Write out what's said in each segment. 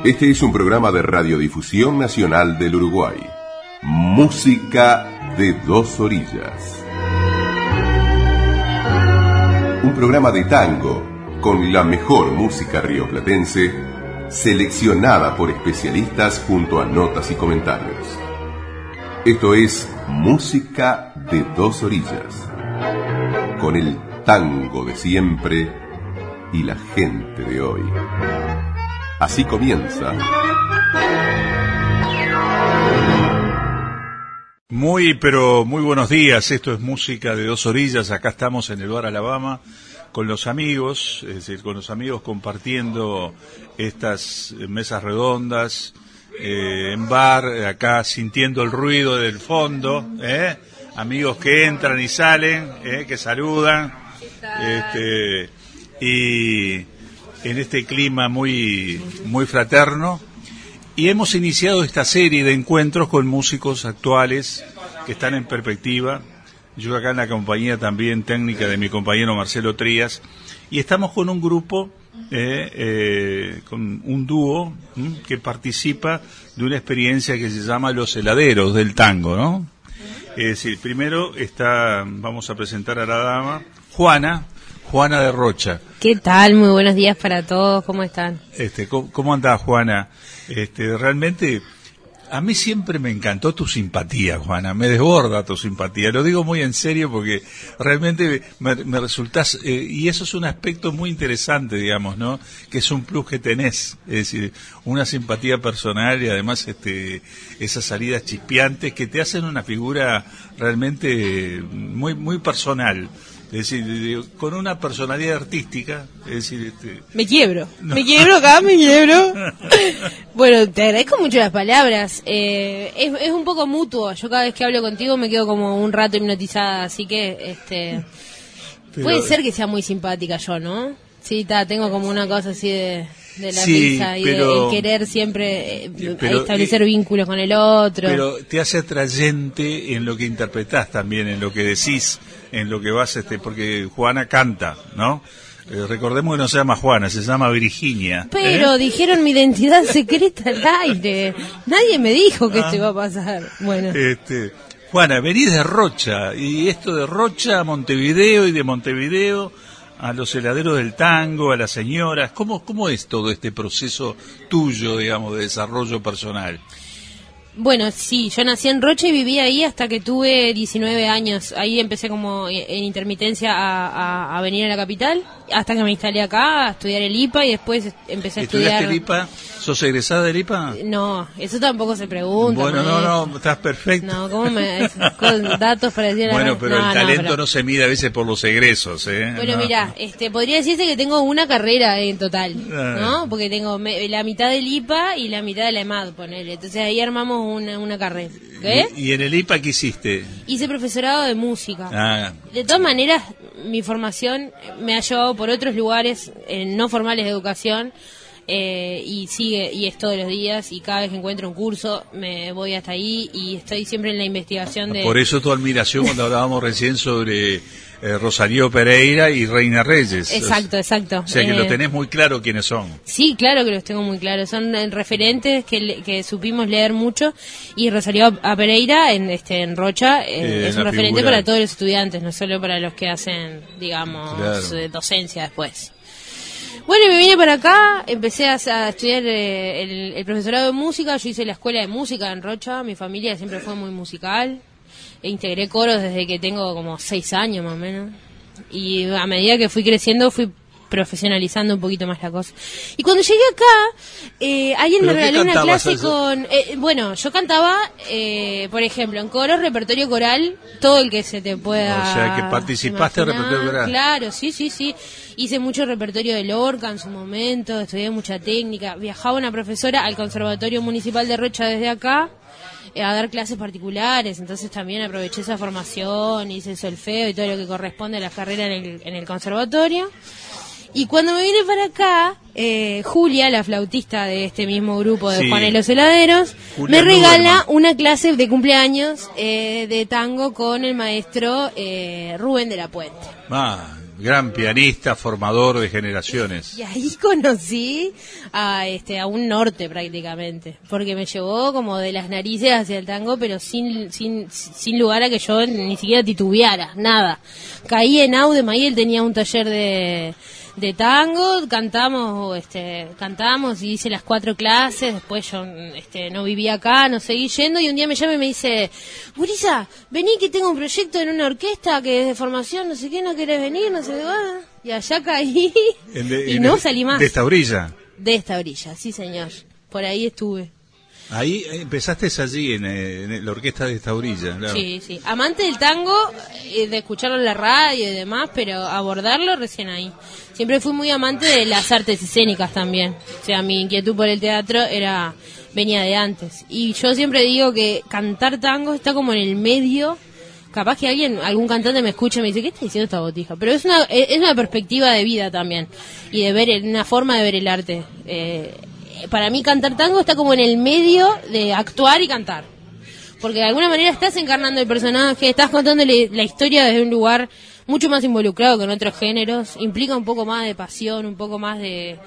Este es un programa de Radiodifusión Nacional del Uruguay. Música de dos orillas. Un programa de tango con la mejor música rioplatense, seleccionada por especialistas junto a notas y comentarios. Esto es Música de dos orillas, con el tango de siempre y la gente de hoy. Así comienza. Muy buenos días. Esto es Música de dos orillas. Acá estamos en el Bar Alabama con los amigos, es decir, con los amigos compartiendo estas mesas redondas en bar, acá sintiendo el ruido del fondo, amigos que entran y salen, que saludan, y en este clima muy fraterno. Y hemos iniciado esta serie de encuentros con músicos actuales que están en perspectiva. Yo acá en la compañía también técnica de mi compañero Marcelo Trías. Y estamos con un grupo, con un dúo que participa de una experiencia que se llama Los Heladeros del Tango, ¿no? Es decir, primero vamos a presentar a la dama, Juana de Rocha. ¿Qué tal? Muy buenos días para todos, ¿cómo están? ¿Cómo andás, Juana? Realmente, a mí siempre me encantó tu simpatía, Juana, me desborda tu simpatía, lo digo muy en serio porque realmente me resultás, y eso es un aspecto muy interesante, digamos, ¿no? Que es un plus que tenés, es decir, una simpatía personal y además esas salidas chispeantes que te hacen una figura realmente muy personal. Es decir, con una personalidad artística, es decir, Me quiebro acá. Bueno, te agradezco mucho las palabras. Es un poco mutuo. Yo cada vez que hablo contigo me quedo como un rato hipnotizada, así que puede ser que sea muy simpática yo, ¿no? Sí, tengo como una cosa así de la risa y de querer siempre establecer vínculos con el otro. Pero te hace atrayente en lo que interpretás también, en lo que decís, en lo que vas, porque Juana canta, ¿no? Recordemos que no se llama Juana, se llama Virginia. Pero dijeron mi identidad secreta al aire. Nadie me dijo que esto iba a pasar. Bueno. Juana, venís de Rocha, y esto de Rocha a Montevideo y de Montevideo a los heladeros del tango, a las señoras. ¿Cómo es todo este proceso tuyo, digamos, de desarrollo personal? Bueno, sí, yo nací en Rocha y viví ahí hasta que tuve 19 años. Ahí empecé como en intermitencia a venir a la capital, hasta que me instalé acá a estudiar el IPA y después empecé a estudiar... ¿Estudiaste el IPA? ¿Sos egresada del IPA? No, eso tampoco se pregunta. Bueno, no, estás perfecto. No, ¿cómo con datos para decir? Bueno, pero el talento no se mide a veces por los egresos, Bueno, mirá, podría decirse que tengo una carrera en total, ¿no? Porque tengo la mitad del IPA y la mitad de la EMAD, ponele. Entonces ahí armamos una carrera. ¿Qué? ¿Y en el IPA qué hiciste? Hice profesorado de música. De todas maneras, mi formación me ha llevado por otros lugares no formales de educación. Y es todos los días, y cada vez que encuentro un curso me voy hasta ahí y estoy siempre en la investigación de... Por eso tu admiración cuando hablábamos recién sobre Rosario Pereira y Reina Reyes. Exacto. O sea que lo tenés muy claro quiénes son. Sí, claro que los tengo muy claros, son referentes que supimos leer mucho, y Rosario Pereira en Rocha es un referente para todos los estudiantes, no solo para los que hacen, digamos, docencia después. Bueno, me vine para acá, empecé a estudiar el profesorado de música. Yo hice la escuela de música en Rocha, mi familia siempre fue muy musical, integré coros desde que tengo como 6 años más o menos, y a medida que fui creciendo fui profesionalizando un poquito más la cosa. Y cuando llegué acá, alguien me regaló una clase con... bueno, yo cantaba, por ejemplo, en coros, repertorio coral, todo el que se te pueda... O sea, que participaste en repertorio coral. Claro, sí. Hice mucho repertorio de Lorca en su momento, estudié mucha técnica. Viajaba una profesora al Conservatorio Municipal de Rocha desde acá a dar clases particulares, entonces también aproveché esa formación, hice solfeo y todo lo que corresponde a la carrera en el conservatorio. Y cuando me vine para acá, Julia, la flautista de este mismo grupo de Juan y los Heladeros, Julia me regala una clase de cumpleaños de tango con el maestro Rubén de la Puente. gran pianista, formador de generaciones. Y ahí conocí a un norte prácticamente, porque me llevó como de las narices hacia el tango, pero sin lugar a que yo ni siquiera titubeara, nada. Caí en Audem, ahí él tenía un taller de tango, cantamos y hice las 4 clases, después yo no vivía acá, no seguí yendo, y un día me llama y me dice: Gurisa, vení que tengo un proyecto en una orquesta que es de formación, no sé qué, no querés venir, no sé qué, y allá caí y no salí más. ¿De esta orilla? De esta orilla, sí señor, por ahí estuve. Ahí empezaste allí en la orquesta de esta orilla, claro. Sí, sí, amante del tango, de escucharlo en la radio y demás, pero abordarlo recién ahí. Siempre fui muy amante de las artes escénicas también, o sea, mi inquietud por el teatro venía de antes. Y yo siempre digo que cantar tango está como en el medio. Capaz que algún cantante me escucha y me dice: ¿qué está diciendo esta botija? Pero es una perspectiva de vida también, y de ver, una forma de ver el arte. Para mí cantar tango está como en el medio de actuar y cantar, porque de alguna manera estás encarnando el personaje, estás contándole la historia desde un lugar mucho más involucrado que en otros géneros, implica un poco más de pasión, un poco más de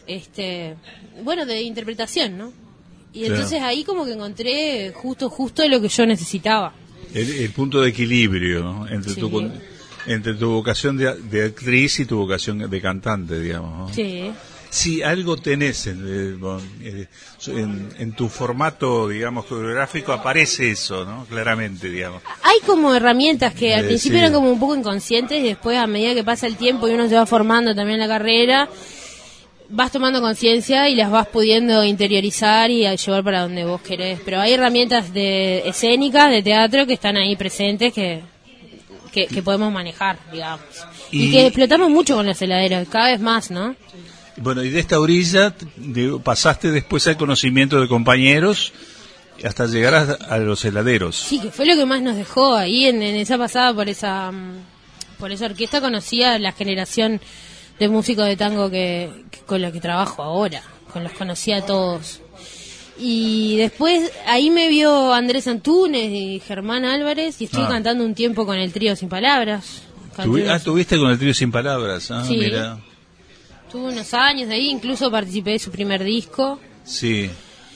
de interpretación, ¿no? Y claro, entonces ahí como que encontré justo lo que yo necesitaba. El punto de equilibrio, ¿no? Entre tu vocación de actriz y tu vocación de cantante, digamos, ¿no? Sí. Sí, algo tenés en tu formato, digamos, coreográfico, aparece eso, ¿no? Claramente, digamos. Hay como herramientas que al principio eran como un poco inconscientes, y después, a medida que pasa el tiempo y uno se va formando también en la carrera, vas tomando conciencia y las vas pudiendo interiorizar y llevar para donde vos querés. Pero hay herramientas escénicas, de teatro, que están ahí presentes, que podemos manejar, digamos. Y que explotamos mucho con las heladeras, cada vez más, ¿no? Bueno, y de esta orilla pasaste después al conocimiento de compañeros hasta llegar a los heladeros. Sí, que fue lo que más nos dejó ahí en esa pasada por esa orquesta. Conocí a la generación de músicos de tango con la que trabajo ahora, los conocí a todos. Y después ahí me vio Andrés Antunes y Germán Álvarez, y estuve cantando un tiempo con el trío Sin Palabras. ¿Tuviste con el trío Sin Palabras? Sí. Mira. Tuve unos años de ahí, incluso participé de su primer disco. Sí.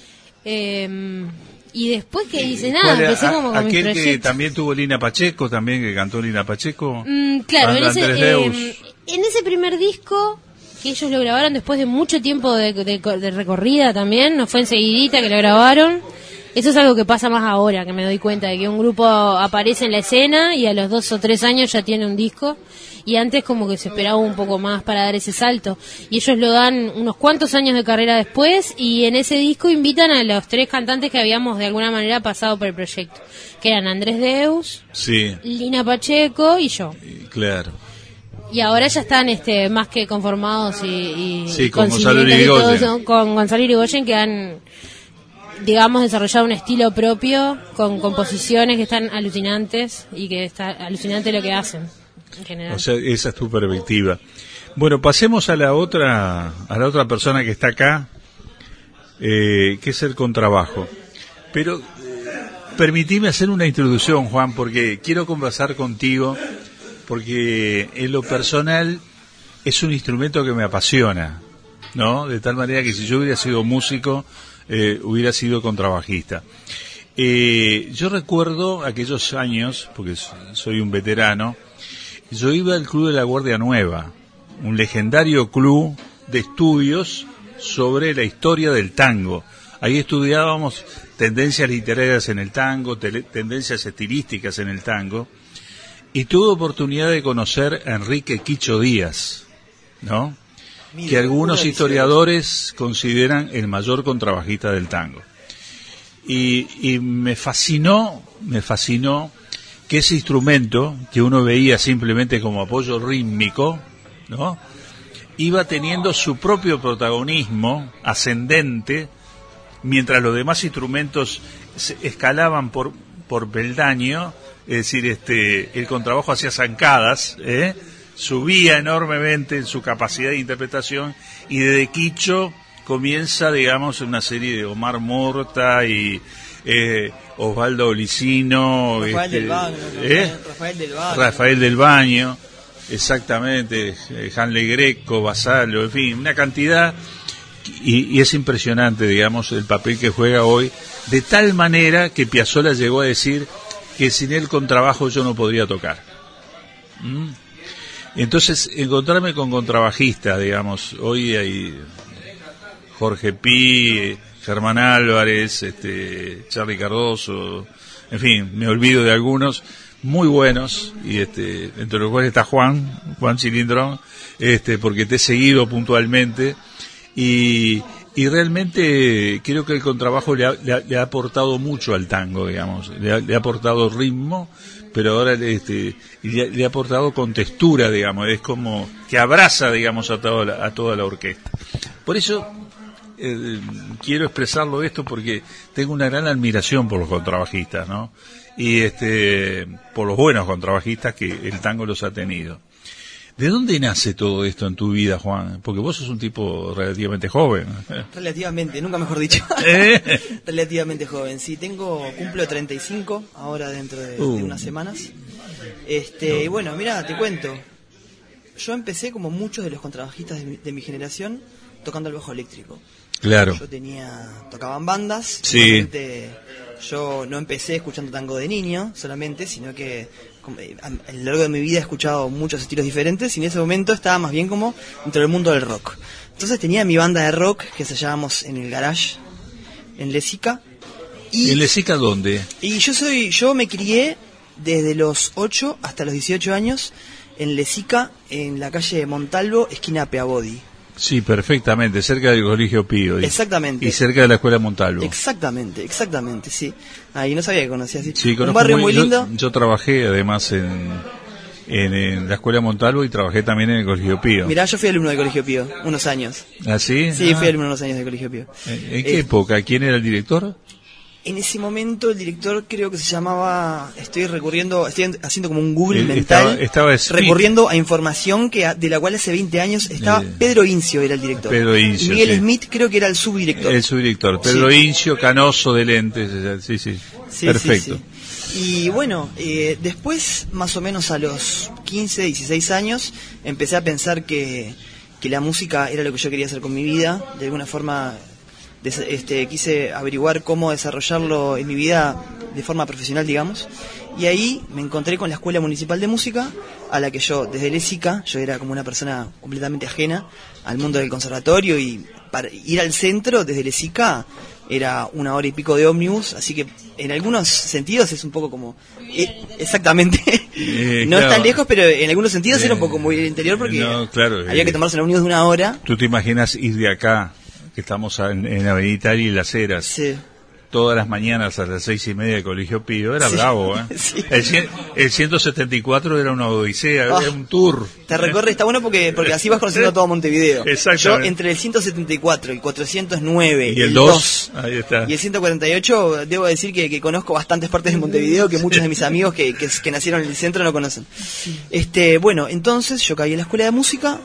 Y después que hice nada, empecé como con mis proyectos. Que también tuvo Lina Pacheco, también que cantó Lina Pacheco. Claro, en ese primer disco, que ellos lo grabaron después de mucho tiempo de recorrida también, no fue enseguidita que lo grabaron. Eso es algo que pasa más ahora, que me doy cuenta de que un grupo aparece en la escena y a los 2 o 3 años ya tiene un disco, y antes como que se esperaba un poco más para dar ese salto, y ellos lo dan unos cuantos años de carrera después, y en ese disco invitan a los 3 cantantes que habíamos de alguna manera pasado por el proyecto, que eran Andrés Deus, sí, Lina Pacheco y yo. Claro. Y ahora ya están más que conformados y con Gonzalo Irigoyen. Con Gonzalo Irigoyen, que han, digamos, desarrollado un estilo propio con composiciones que están alucinantes, y que está alucinante lo que hacen en general. O sea, esa es tu perspectiva. Bueno, pasemos a la otra persona que está acá, que es el contrabajo. Pero permitime hacer una introducción, Juan, porque quiero conversar contigo, porque en lo personal es un instrumento que me apasiona, ¿no? De tal manera que si yo hubiera sido músico, hubiera sido contrabajista. Yo recuerdo aquellos años, porque soy un veterano, yo iba al Club de la Guardia Nueva, un legendario club de estudios sobre la historia del tango. Ahí estudiábamos tendencias literarias en el tango, tendencias estilísticas en el tango, y tuve oportunidad de conocer a Enrique Quicho Díaz, ¿no? Que algunos historiadores consideran el mayor contrabajista del tango. Y me fascinó que ese instrumento, que uno veía simplemente como apoyo rítmico, ¿no?, iba teniendo su propio protagonismo ascendente, mientras los demás instrumentos escalaban por peldaño. Es decir, el contrabajo hacía zancadas, subía enormemente en su capacidad de interpretación, y desde Quicho comienza, digamos, una serie de Omar Morta y Osvaldo Olicino, Rafael del Baño, Exactamente, Hanley Greco, Vassallo, en fin, una cantidad, y es impresionante, digamos, el papel que juega hoy, de tal manera que Piazzolla llegó a decir que sin el contrabajo yo no podría tocar. Entonces, encontrarme con contrabajistas, digamos, hoy hay Jorge Pi, Germán Álvarez, Charly Cardoso, en fin, me olvido de algunos muy buenos, y entre los cuales está Juan Cilindrón, porque te he seguido puntualmente, y realmente creo que el contrabajo le ha aportado mucho al tango, digamos, le ha aportado ritmo, pero ahora le ha aportado contextura, digamos, es como que abraza, digamos, a toda la orquesta. Por eso quiero expresarlo esto, porque tengo una gran admiración por los contrabajistas, ¿no? Y por los buenos contrabajistas que el tango los ha tenido. ¿De dónde nace todo esto en tu vida, Juan? Porque vos sos un tipo relativamente joven. Relativamente, nunca mejor dicho. Relativamente joven, sí. Cumplo 35 ahora dentro de unas semanas. Y bueno, mira, te cuento. Yo empecé como muchos de los contrabajistas de mi generación tocando el bajo eléctrico. Claro. Tocaban bandas. Sí. Yo no empecé escuchando tango de niño solamente, sino que a lo largo de mi vida he escuchado muchos estilos diferentes, y en ese momento estaba más bien como dentro del mundo del rock. Entonces tenía mi banda de rock que ensayábamos en el garage, en Lesica. ¿En Lesica dónde? Y yo me crié desde los 8 hasta los 18 años en Lesica, en la calle Montalvo, esquina Peabody. Sí, perfectamente, cerca del Colegio Pío. Exactamente. Y cerca de la Escuela Montalvo. Exactamente, sí. Ahí no sabía que conocía así. Sí, un barrio muy lindo. Yo trabajé además en la Escuela Montalvo, y trabajé también en el Colegio Pío. Mirá, yo fui alumno del Colegio Pío, unos años. ¿Ah, sí? Sí, fui alumno unos años del Colegio Pío. ¿En qué época? ¿Quién era el director? En ese momento el director creo que se llamaba, estoy haciendo como un Google mental, estaba recurriendo a información de la cual hace 20 años estaba Pedro Incio, era el director. Pedro Incio, Miguel sí. Smith creo que era el subdirector. El subdirector, Pedro Incio, canoso de lentes, sí, perfecto. Sí. Y bueno, después, más o menos a los 15, 16 años, empecé a pensar que la música era lo que yo quería hacer con mi vida. De alguna forma quise averiguar cómo desarrollarlo en mi vida de forma profesional, digamos, y ahí me encontré con la Escuela Municipal de Música, a la que yo, desde Lesica, yo era como una persona completamente ajena al mundo del conservatorio, y para ir al centro desde Lesica era 1 hora y pico de ómnibus, así que en algunos sentidos es un poco como exactamente no es tan lejos, pero en algunos sentidos era un poco muy el interior, porque había que tomarse el ómnibus de 1 hora. ¿Tú te imaginas ir de acá, que estamos en Avenida Italia y Las Heras, sí, todas las mañanas a las 6:30 del Colegio Pío? Era bravo, ¿eh? Sí. El 174 era una odisea, era un tour. Te recorre, está bueno porque así vas conociendo todo Montevideo. Exactamente. Yo entre el 174, el 409 y el 2, ahí está, y el 148, debo decir que conozco bastantes partes de Montevideo que muchos de mis amigos que nacieron en el centro no conocen. Bueno, entonces yo caí en la escuela de música,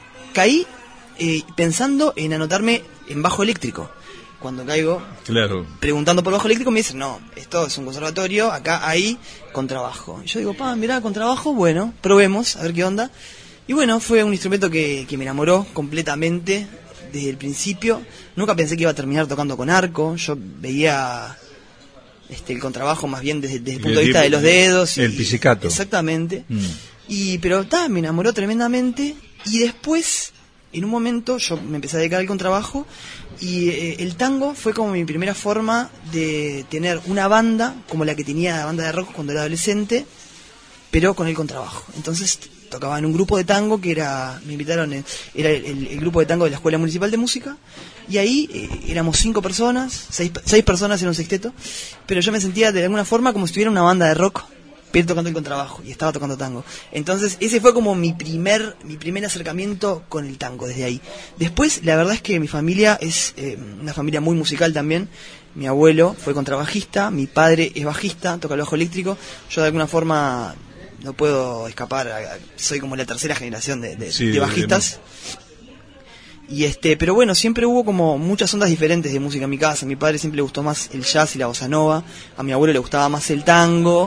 pensando en anotarme en bajo eléctrico. Cuando caigo preguntando por bajo eléctrico, me dicen, no, esto es un conservatorio, acá hay contrabajo. Y yo digo, mirá, contrabajo, bueno, probemos, a ver qué onda. Y bueno, fue un instrumento que me enamoró completamente desde el principio. Nunca pensé que iba a terminar tocando con arco. Yo veía el contrabajo más bien desde el punto de vista de los dedos. El pizzicato. Exactamente. Pero me enamoró tremendamente. Y después, en un momento, yo me empecé a dedicar al contrabajo, y el tango fue como mi primera forma de tener una banda, como la que tenía la banda de rock cuando era adolescente, pero con el contrabajo. Entonces tocaba en un grupo de tango que me invitaron, era el grupo de tango de la Escuela Municipal de Música, y ahí éramos 5 personas, 6 personas en un sexteto, pero yo me sentía de alguna forma como si tuviera una banda de rock, pero tocando el contrabajo, y estaba tocando tango. Entonces ese fue como mi primer acercamiento con el tango, desde ahí. Después, la verdad es que mi familia es una familia muy musical también. Mi abuelo fue contrabajista, mi padre es bajista, toca el bajo eléctrico. Yo de alguna forma no puedo escapar, soy como la tercera generación de bajistas. Y pero bueno, siempre hubo como muchas ondas diferentes de música en mi casa. A mi padre siempre le gustó más el jazz y la bossa nova, a mi abuelo le gustaba más el tango,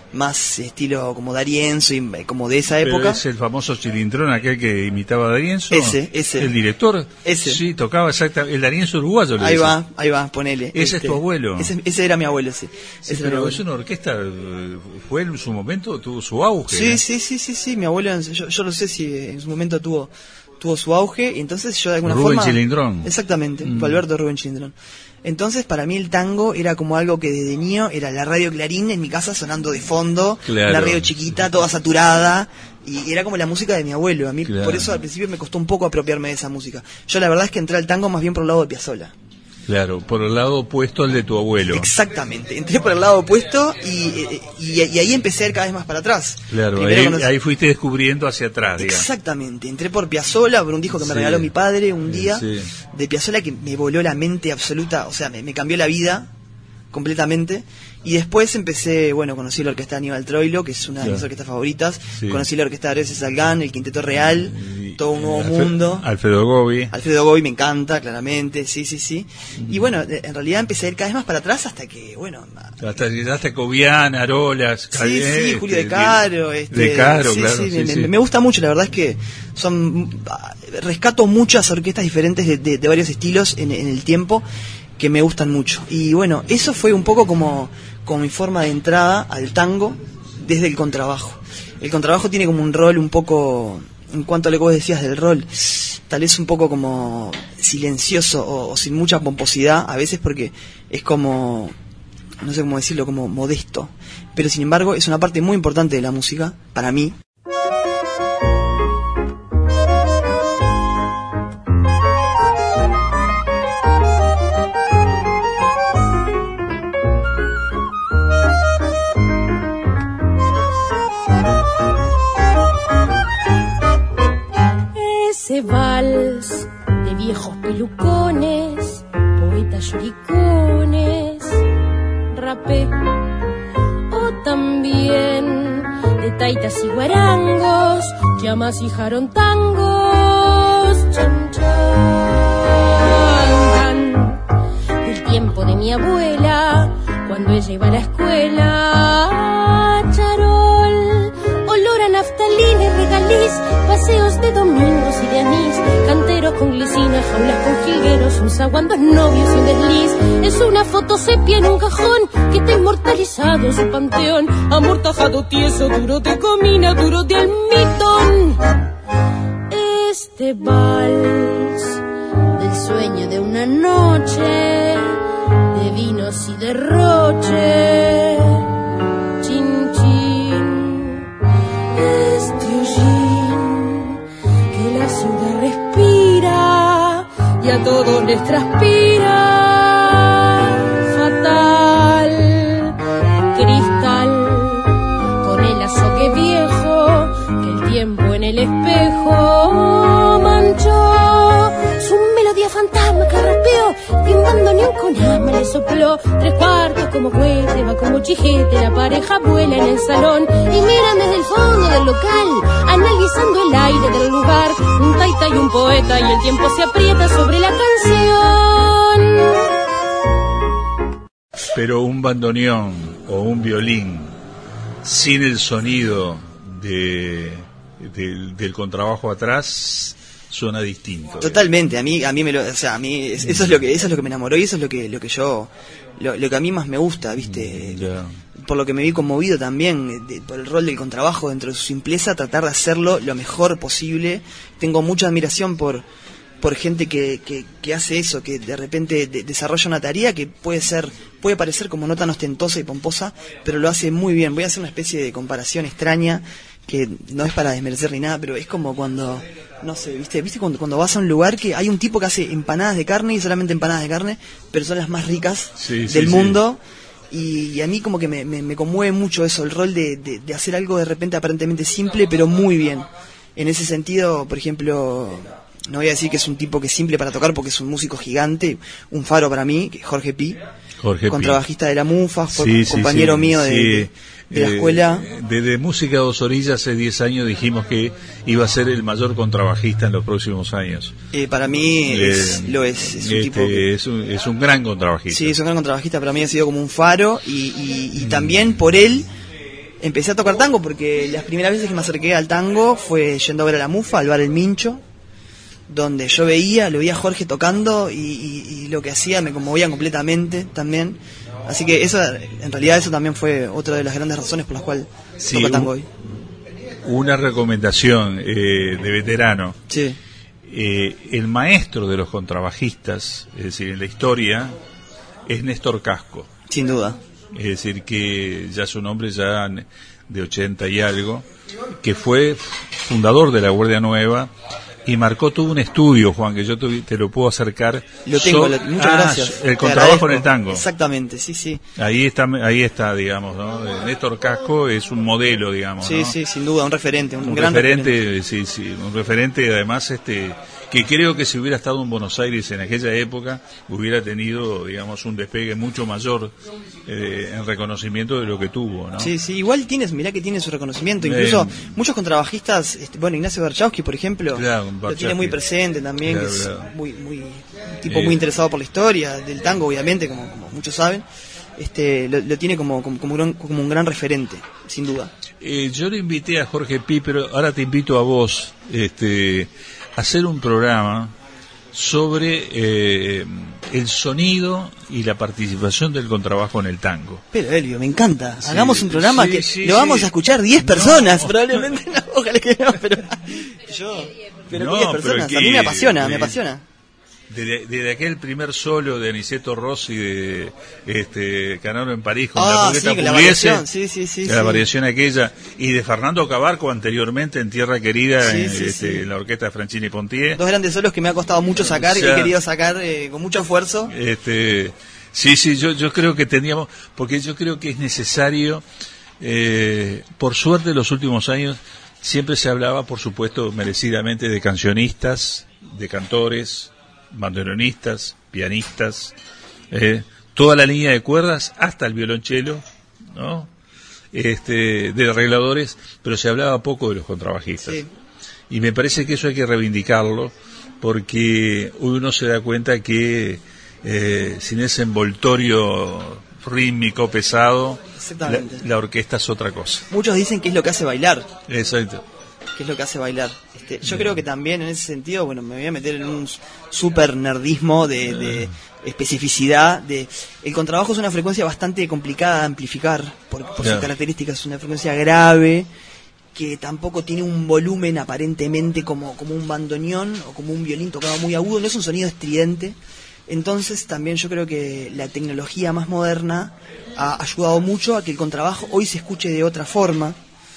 más estilo como D'Arienzo y como de esa época. Pero es el famoso Chilindrón, aquel que imitaba a D'Arienzo. Ese. ¿El director? Ese. Sí, tocaba exactamente. El D'Arienzo uruguayo. Ahí va, ponele. Ese es tu abuelo. Ese era mi abuelo, sí. Pero es una orquesta, fue en su momento, tuvo su auge. Sí, mi abuelo, yo no sé si en su momento tuvo su auge, y entonces yo de alguna Rubén forma... Chilindrón. Exactamente, Alberto Rubén Chilindrón. Entonces para mí el tango era como algo que desde niño era la radio Clarín en mi casa sonando de fondo, claro. Una radio chiquita, toda saturada, y era como la música de mi abuelo. A mí por eso al principio me costó un poco apropiarme de esa música. Yo la verdad es que entré al tango más bien por el lado de Piazzolla. Claro, por el lado opuesto al de tu abuelo. Exactamente, entré por el lado opuesto y ahí empecé a ir cada vez más para atrás. Claro, ahí fuiste descubriendo hacia atrás, digamos. Exactamente, entré por Piazzolla, por un disco que me regaló mi padre un día, de Piazzolla, que me voló la mente absoluta, o sea, me cambió la vida completamente. Y después empecé, conocí la orquesta de Aníbal Troilo, que es una de mis orquestas favoritas. Conocí la orquesta de Horacio Salgán, el Quinteto Real, todo un nuevo mundo. Alfredo Gobi me encanta, claramente, sí. Y en realidad empecé a ir cada vez más para atrás hasta que, hasta llegaste a Cobian, Arolas, Julio De Caro. De Caro, claro. Me gusta mucho, la verdad es que rescato muchas orquestas diferentes de varios estilos en el tiempo, que me gustan mucho. Y eso fue un poco como mi forma de entrada al tango desde el contrabajo. El contrabajo tiene como un rol un poco, en cuanto a lo que vos decías del rol, tal vez un poco como silencioso o sin mucha pomposidad a veces, porque es como, no sé cómo decirlo, como modesto. Pero sin embargo es una parte muy importante de la música, para mí. Vals de viejos pelucones, poetas lloricones, rapé, o también de taitas y guarangos que amasijaron tangos, chan chan, del tiempo de mi abuela cuando ella iba a la escuela, charol, olor a naftalina y regaliz, paseos de domingos y de anís, canteros con glicina, jaulas con jilgueros, un zaguán, dos novios y un desliz. Es una foto sepia en un cajón que está inmortalizado en su panteón, amortajado, tieso, duro de comina, duro de almidón. Este vals del sueño de una noche, de vinos y derroche, chin chin, este hollín que la ciudad respira y a todos les transpira, fatal, cristal, con el azoque viejo que el tiempo en el espejo manchó, su melodía fantasma que rapeó, timbando ni un conama le sopló, tres cuartos como cohete, va como chijete, la pareja vuela en el salón y miran desde el fondo del local, analizando el aire del lugar, un taita y un poeta y el tiempo se aprieta sobre la canción. Pero un bandoneón o un violín sin el sonido del contrabajo atrás suena distinto. Totalmente, a mí eso es lo que me enamoró y eso es lo que a mí más me gusta, ¿viste? Por lo que me vi conmovido también por el rol del contrabajo dentro de su simpleza, tratar de hacerlo lo mejor posible. Tengo mucha admiración por gente que hace eso, que de repente desarrolla una tarea que puede parecer como no tan ostentosa y pomposa, pero lo hace muy bien. Voy a hacer una especie de comparación extraña que no es para desmerecer ni nada, pero es como cuando, no sé, ¿viste cuando vas a un lugar que hay un tipo que hace empanadas de carne y solamente empanadas de carne, pero son las más ricas del mundo? Y a mí como que me conmueve mucho eso, el rol de hacer algo de repente aparentemente simple, pero muy bien. En ese sentido, por ejemplo, no voy a decir que es un tipo que es simple para tocar porque es un músico gigante, un faro para mí, que es Jorge Pi, contrabajista de la Mufa, fue compañero mío de la escuela. Desde Música Dos Orillas hace 10 años dijimos que iba a ser el mayor contrabajista en los próximos años. Para mí es un tipo que, es un gran contrabajista. Sí, es un gran contrabajista, para mí ha sido como un faro y también por él empecé a tocar tango porque las primeras veces que me acerqué al tango fue yendo a ver a la Mufa, al bar El Mincho, donde yo lo veía a Jorge tocando y lo que hacía me conmovía completamente también. Así que eso, en realidad eso también fue otra de las grandes razones por las cuales toco tango hoy. Una recomendación de veterano. Sí. El maestro de los contrabajistas, es decir, en la historia, es Néstor Casco. Sin duda. Es decir, que ya su nombre ya de 80 y algo, que fue fundador de la Guardia Nueva y marcó todo un estudio, Juan, que yo te lo puedo acercar. Lo tengo, muchas gracias. El contrabajo en el tango. Exactamente, sí. Ahí está, digamos, ¿no? Néstor Casco es un modelo, digamos, sí, ¿no? Sí, sin duda, un referente, un gran referente. Sí, un referente, además, que creo que si hubiera estado en Buenos Aires en aquella época, hubiera tenido, digamos, un despegue mucho mayor en reconocimiento de lo que tuvo, ¿no? Sí, igual mirá que tiene su reconocimiento, incluso muchos contrabajistas, Ignacio Berchowski, por ejemplo, lo tiene muy presente también, claro, que es muy muy interesado por la historia del tango, obviamente, como muchos saben. Lo tiene como un gran referente, sin duda. Yo le invité a Jorge Pi, pero ahora te invito a vos, hacer un programa sobre el sonido y la participación del contrabajo en el tango. Pero Elvio, me encanta. Hagamos un programa lo vamos a escuchar 10 personas, probablemente no, ojalá que no, pero 10 personas, a mí me apasiona. Desde aquel primer solo de Aniceto Rossi de Canaro en París con la Pugliese, la variación aquella, y de Fernando Cabarco anteriormente en Tierra Querida, en la orquesta de Franchini Pontier. Dos grandes solos que me ha costado mucho sacar y he querido sacar con mucho esfuerzo. Yo creo que tendríamos, porque yo creo que es necesario, por suerte en los últimos años siempre se hablaba, por supuesto, merecidamente de cancionistas, de cantores, bandoneonistas, pianistas, toda la línea de cuerdas hasta el violonchelo, ¿no? De arregladores, pero se hablaba poco de los contrabajistas. Sí. Y me parece que eso hay que reivindicarlo, porque uno se da cuenta que sin ese envoltorio rítmico pesado, la orquesta es otra cosa. Muchos dicen que es lo que hace bailar. Exacto. Que es lo que hace bailar. Yo creo que también en ese sentido, me voy a meter en un super nerdismo de especificidad. El contrabajo es una frecuencia bastante complicada de amplificar por sus características. Es una frecuencia grave que tampoco tiene un volumen aparentemente como un bandoneón o como un violín tocado muy agudo. No es un sonido estridente. Entonces también yo creo que la tecnología más moderna ha ayudado mucho a que el contrabajo hoy se escuche de otra forma.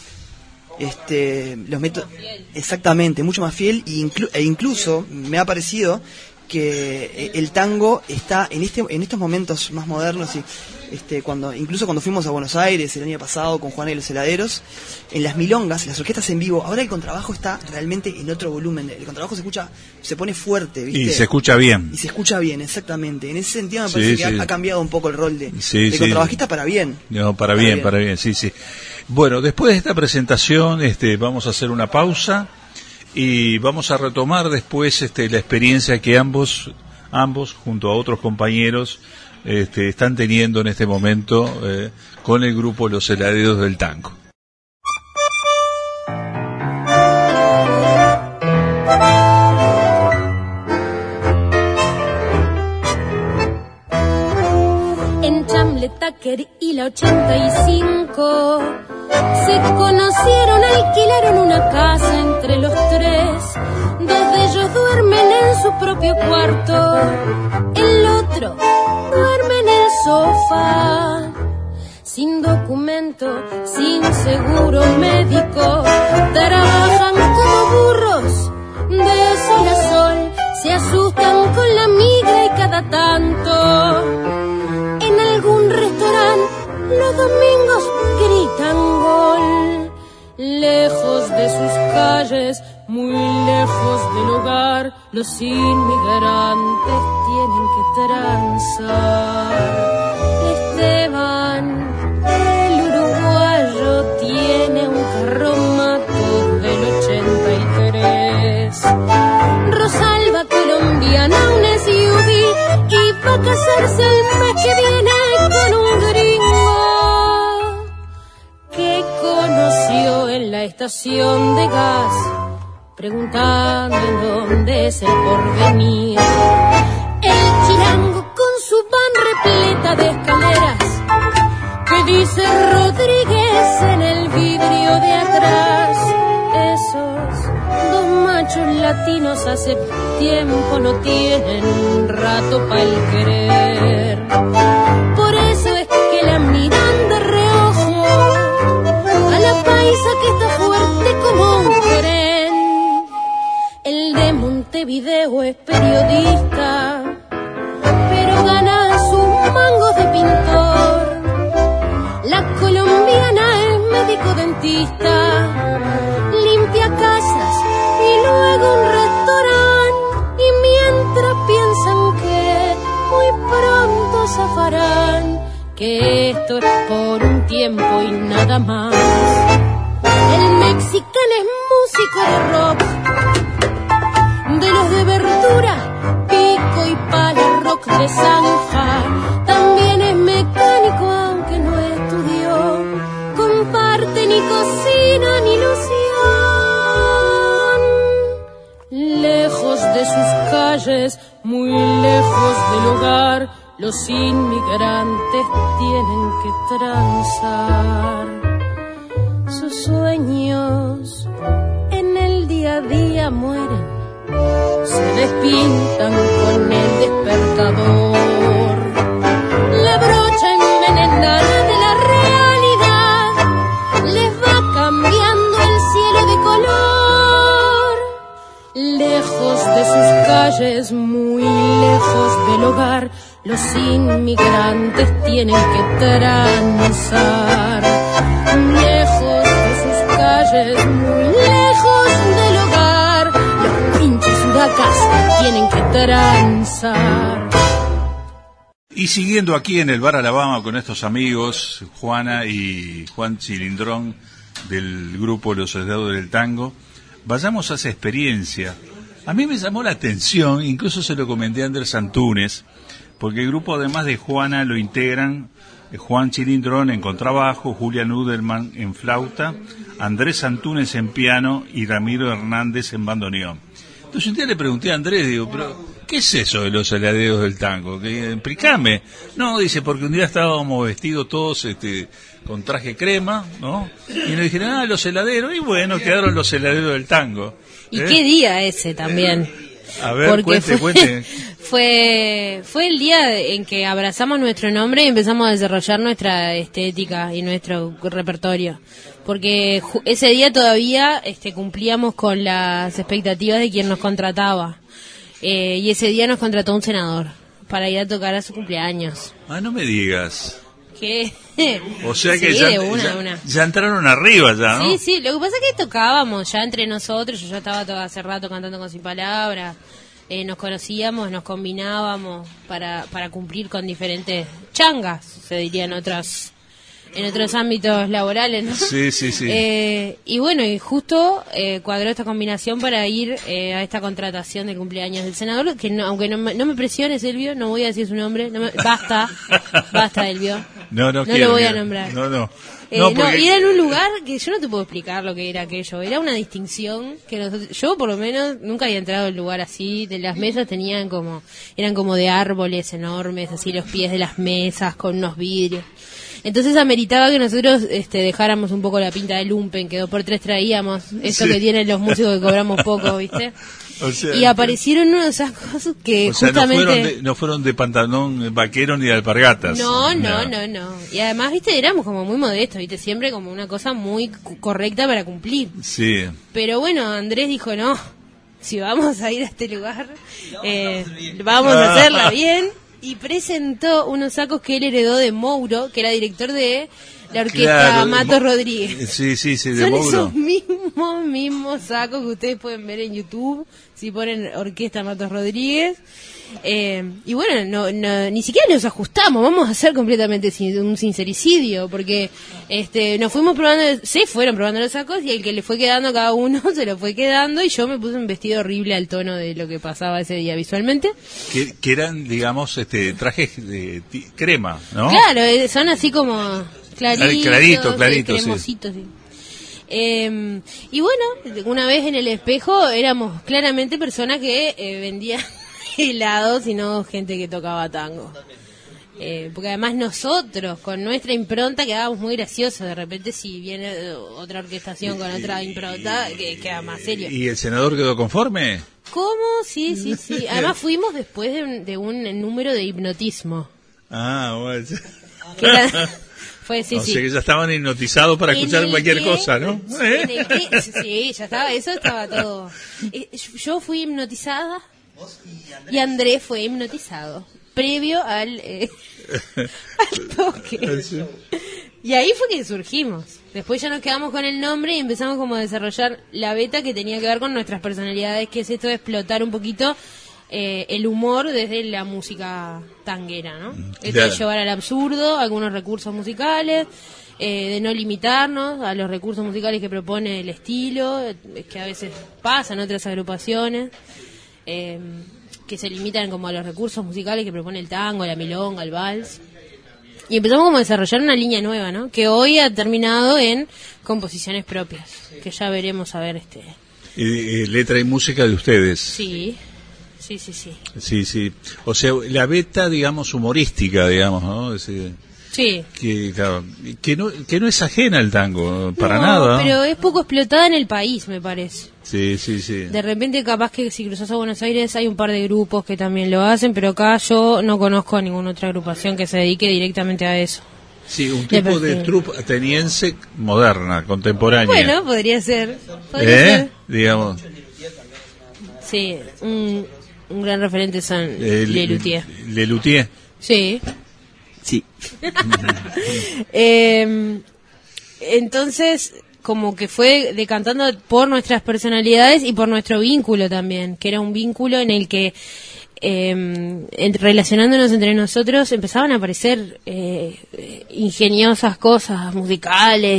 Los métodos, exactamente, mucho más fiel e incluso me ha parecido que el tango está en estos momentos más modernos y incluso cuando fuimos a Buenos Aires el año pasado con Juan y los Heladeros, en las milongas, en las orquestas en vivo, ahora el contrabajo está realmente en otro volumen. El contrabajo se pone fuerte, ¿viste? Y se escucha bien. Y se escucha bien, exactamente. En ese sentido me parece que ha cambiado un poco el rol de contrabajista para bien. No, para bien, sí. Bueno, después de esta presentación vamos a hacer una pausa y vamos a retomar después la experiencia que ambos junto a otros compañeros están teniendo en este momento con el grupo Los Heladeros del Tango. En Chamletaker y la 85 se conocieron, alquilaron una casa entre los tres. Dos de ellos duermen en su propio cuarto, el otro duerme en el sofá. Sin documento, sin seguro médico, trabajan como burros de sol a sol. Se asustan con la migra y cada tanto en algún restaurante los domingos gritan gol. Lejos de sus calles, muy lejos del hogar, los inmigrantes tienen que transar. Esteban, el uruguayo, tiene un carromato del 83. Rosalba, colombiana, un SUV, y va a casarse el mes que viene con un gringo que estación de gas, preguntando en dónde es el porvenir. El chirango con su van repleta de escaleras, que dice Rodríguez en el vidrio de atrás. Esos dos machos latinos hace tiempo no tienen un rato para el querer. Por eso es que la miran de reojo a la paisa que está fuerte como un tren. El de Montevideo es periodista, pero gana sus mangos de pintor. La colombiana es médico dentista, limpia casas y luego un restaurante. Y mientras piensan que muy pronto zafarán, que esto es por un tiempo y nada más. El mexicano es músico de rock, de los de verdura, pico y pala, rock de zanja. También es mecánico aunque no estudió, comparte ni cocina ni ilusión. Lejos de sus calles, muy lejos del hogar, los inmigrantes tienen que transar sus sueños. En el día a día mueren, se despintan con el despertador. La brocha envenenada de la realidad les va cambiando el cielo de color. Lejos de sus calles, muy lejos del hogar, los inmigrantes tienen que transar. Lejos de sus calles, muy lejos del hogar, los pinches huracas tienen que transar. Y siguiendo aquí en el Bar Alabama con estos amigos, Juana y Juan Chilindrón del grupo Los Soldados del Tango, vayamos a esa experiencia. A mí me llamó la atención, incluso se lo comenté a Andrés Antúnez, porque el grupo además de Juana lo integran Juan Chilindrón en contrabajo, Julián Udelman en flauta, Andrés Antúnez en piano y Ramiro Hernández en bandoneón. Entonces un día le pregunté a Andrés, digo, pero ¿qué es eso de los heladeros del tango? Explícame. No, dice, porque un día estábamos vestidos todos con traje crema, ¿no? Y nos dijeron, los heladeros, y bueno, quedaron los heladeros del tango. ¿Y qué día ese también? A ver, cuente. Fue el día en que abrazamos nuestro nombre y empezamos a desarrollar nuestra estética y nuestro repertorio. Porque ese día todavía cumplíamos con las expectativas de quien nos contrataba. Y ese día nos contrató un senador para ir a tocar a su cumpleaños. Ah, no me digas. ¿Qué? O sea que sí, ya entraron arriba ya, ¿no? Sí, lo que pasa es que tocábamos ya entre nosotros. Yo ya estaba hace rato cantando con Sin Palabras. Nos conocíamos, nos combinábamos para cumplir con diferentes changas, se diría en otros ámbitos laborales, ¿no? Sí. Y bueno, y justo cuadró esta combinación para ir a esta contratación del cumpleaños del senador, que no, aunque no me presiones, Elvio, no voy a decir su nombre, basta, Elvio. No lo voy a nombrar. No, y era en un lugar que yo no te puedo explicar lo que era aquello. Era una distinción que yo por lo menos nunca había entrado en un lugar así. De las mesas eran como de árboles enormes, así los pies de las mesas con unos vidrios. Entonces ameritaba que nosotros dejáramos un poco la pinta de lumpen, que 2x3 traíamos, eso que tienen los músicos que cobramos poco, ¿viste? O sea, y aparecieron unos sacos que justamente... No fueron de pantalón vaquero ni de alpargatas. No. Y además, ¿viste? Éramos como muy modestos, ¿viste? Siempre como una cosa muy correcta para cumplir. Sí. Pero bueno, Andrés dijo, no, si vamos a ir a este lugar, vamos a hacerla bien. Y presentó unos sacos que él heredó de Mouro, que era director de la orquesta Matos Rodríguez. Sí, de Son Mouro. Esos mismos sacos que ustedes pueden ver en YouTube, si ponen orquesta Matos Rodríguez. Y bueno, ni siquiera los ajustamos, vamos a hacer completamente un sincericidio, porque se fueron probando los sacos y el que le fue quedando a cada uno se lo fue quedando, y yo me puse un vestido horrible al tono de lo que pasaba ese día visualmente. Que eran, digamos, trajes de crema, ¿no? Claro, son así como claritos, clarito, cremositos, sí. Y bueno, una vez en el espejo éramos claramente personas que vendían helados y no gente que tocaba tango. Porque además nosotros, con nuestra impronta, quedábamos muy graciosos. De repente, si viene otra orquestación con otra impronta, que queda más serio. ¿Y el senador quedó conforme? ¿Cómo? Sí. Además fuimos después de un número de hipnotismo. Ah, bueno. Que era, fue, sí. O sea que ya estaban hipnotizados para escuchar cualquier cosa, ¿no? Sí, ya estaba, eso estaba todo. Yo fui hipnotizada y Andrés fue hipnotizado. Previo al toque. Y ahí fue que surgimos. Después ya nos quedamos con el nombre y empezamos como a desarrollar la beta que tenía que ver con nuestras personalidades, que es esto de explotar un poquito el humor desde la música tanguera, ¿no? Esto de llevar al absurdo algunos recursos musicales, de no limitarnos a los recursos musicales que propone el estilo, que a veces pasa en otras agrupaciones. Que se limitan como a los recursos musicales que propone el tango, la milonga, el vals. Y empezamos como a desarrollar una línea nueva, ¿no? Que hoy ha terminado en composiciones propias, que ya veremos a ver letra y música de ustedes. Sí. Sí. O sea, la beta, digamos, humorística, digamos, ¿no? Sí. Que no es ajena al tango, para nada. Pero es poco explotada en el país, me parece. Sí. De repente, capaz que si cruzas a Buenos Aires hay un par de grupos que también lo hacen, pero acá yo no conozco a ninguna otra agrupación que se dedique directamente a eso. Sí, un tipo de troupe ateniense moderna, contemporánea. Bueno, podría ser. Digamos. Sí, un gran referente son Lelutier. ¿Lelutier? Sí. Entonces, como que fue decantando por nuestras personalidades y por nuestro vínculo también, que era un vínculo en el que relacionándonos entre nosotros empezaban a aparecer ingeniosas cosas musicales